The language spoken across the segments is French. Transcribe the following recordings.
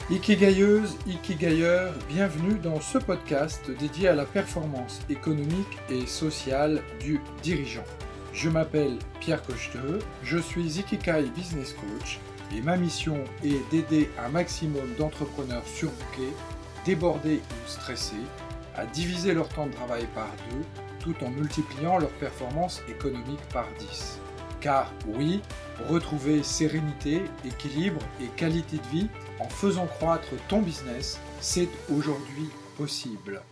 Ikigailleuse, Ikigailleur, bienvenue dans ce podcast dédié à la performance économique et sociale du dirigeant. Je m'appelle Pierre Cocheteux, je suis Ikigai Business Coach et ma mission est d'aider un maximum d'entrepreneurs surbookés, débordés ou stressés, à diviser leur temps de travail par 2 tout en multipliant leur performance économique par 10. Car oui, retrouver sérénité, équilibre et qualité de vie en faisant croître ton business, c'est aujourd'hui possible.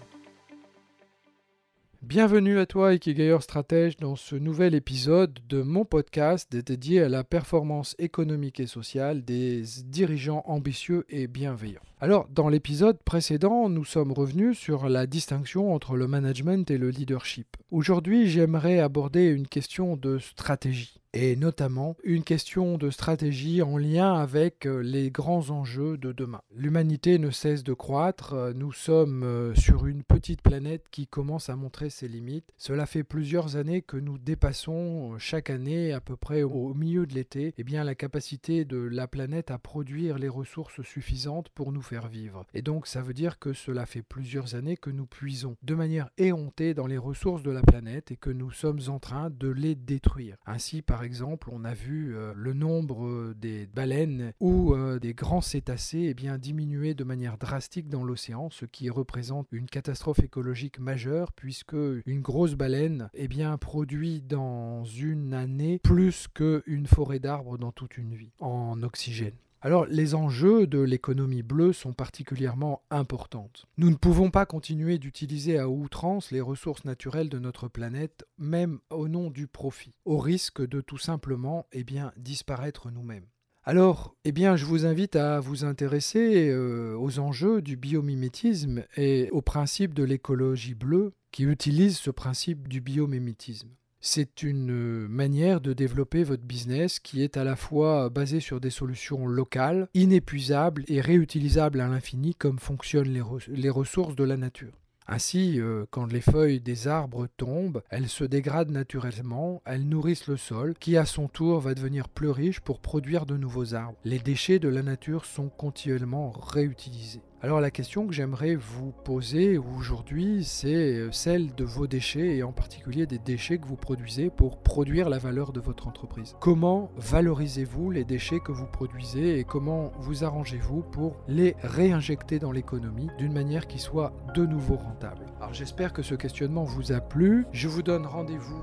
Bienvenue à toi Ikigailleur Stratège dans ce nouvel épisode de mon podcast dédié à la performance économique et sociale des dirigeants ambitieux et bienveillants. Alors, dans l'épisode précédent, nous sommes revenus sur la distinction entre le management et le leadership. Aujourd'hui, j'aimerais aborder une question de stratégie. Et notamment une question de stratégie en lien avec les grands enjeux de demain. L'humanité ne cesse de croître, nous sommes sur une petite planète qui commence à montrer ses limites. Cela fait plusieurs années que nous dépassons chaque année, à peu près au milieu de l'été, la capacité de la planète à produire les ressources suffisantes pour nous faire vivre. Et donc ça veut dire que cela fait plusieurs années que nous puisons de manière éhontée dans les ressources de la planète et que nous sommes en train de les détruire. Ainsi, par exemple, on a vu le nombre des baleines ou des grands cétacés diminuer de manière drastique dans l'océan, ce qui représente une catastrophe écologique majeure puisque une grosse baleine produit dans une année plus qu'une forêt d'arbres dans toute une vie en oxygène. Alors, les enjeux de l'économie bleue sont particulièrement importants. Nous ne pouvons pas continuer d'utiliser à outrance les ressources naturelles de notre planète, même au nom du profit, au risque de tout simplement disparaître nous-mêmes. Alors, je vous invite à vous intéresser aux enjeux du biomimétisme et au principe de l'écologie bleue qui utilise ce principe du biomimétisme. C'est une manière de développer votre business qui est à la fois basée sur des solutions locales, inépuisables et réutilisables à l'infini comme fonctionnent les ressources de la nature. Ainsi, quand les feuilles des arbres tombent, elles se dégradent naturellement, elles nourrissent le sol, qui à son tour va devenir plus riche pour produire de nouveaux arbres. Les déchets de la nature sont continuellement réutilisés. Alors la question que j'aimerais vous poser aujourd'hui, c'est celle de vos déchets et en particulier des déchets que vous produisez pour produire la valeur de votre entreprise. Comment valorisez-vous les déchets que vous produisez et comment vous arrangez-vous pour les réinjecter dans l'économie d'une manière qui soit de nouveau rentable? Alors j'espère que ce questionnement vous a plu. Je vous donne rendez-vous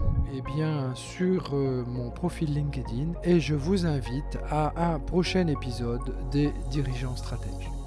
sur mon profil LinkedIn et je vous invite à un prochain épisode des Dirigeants Stratèges.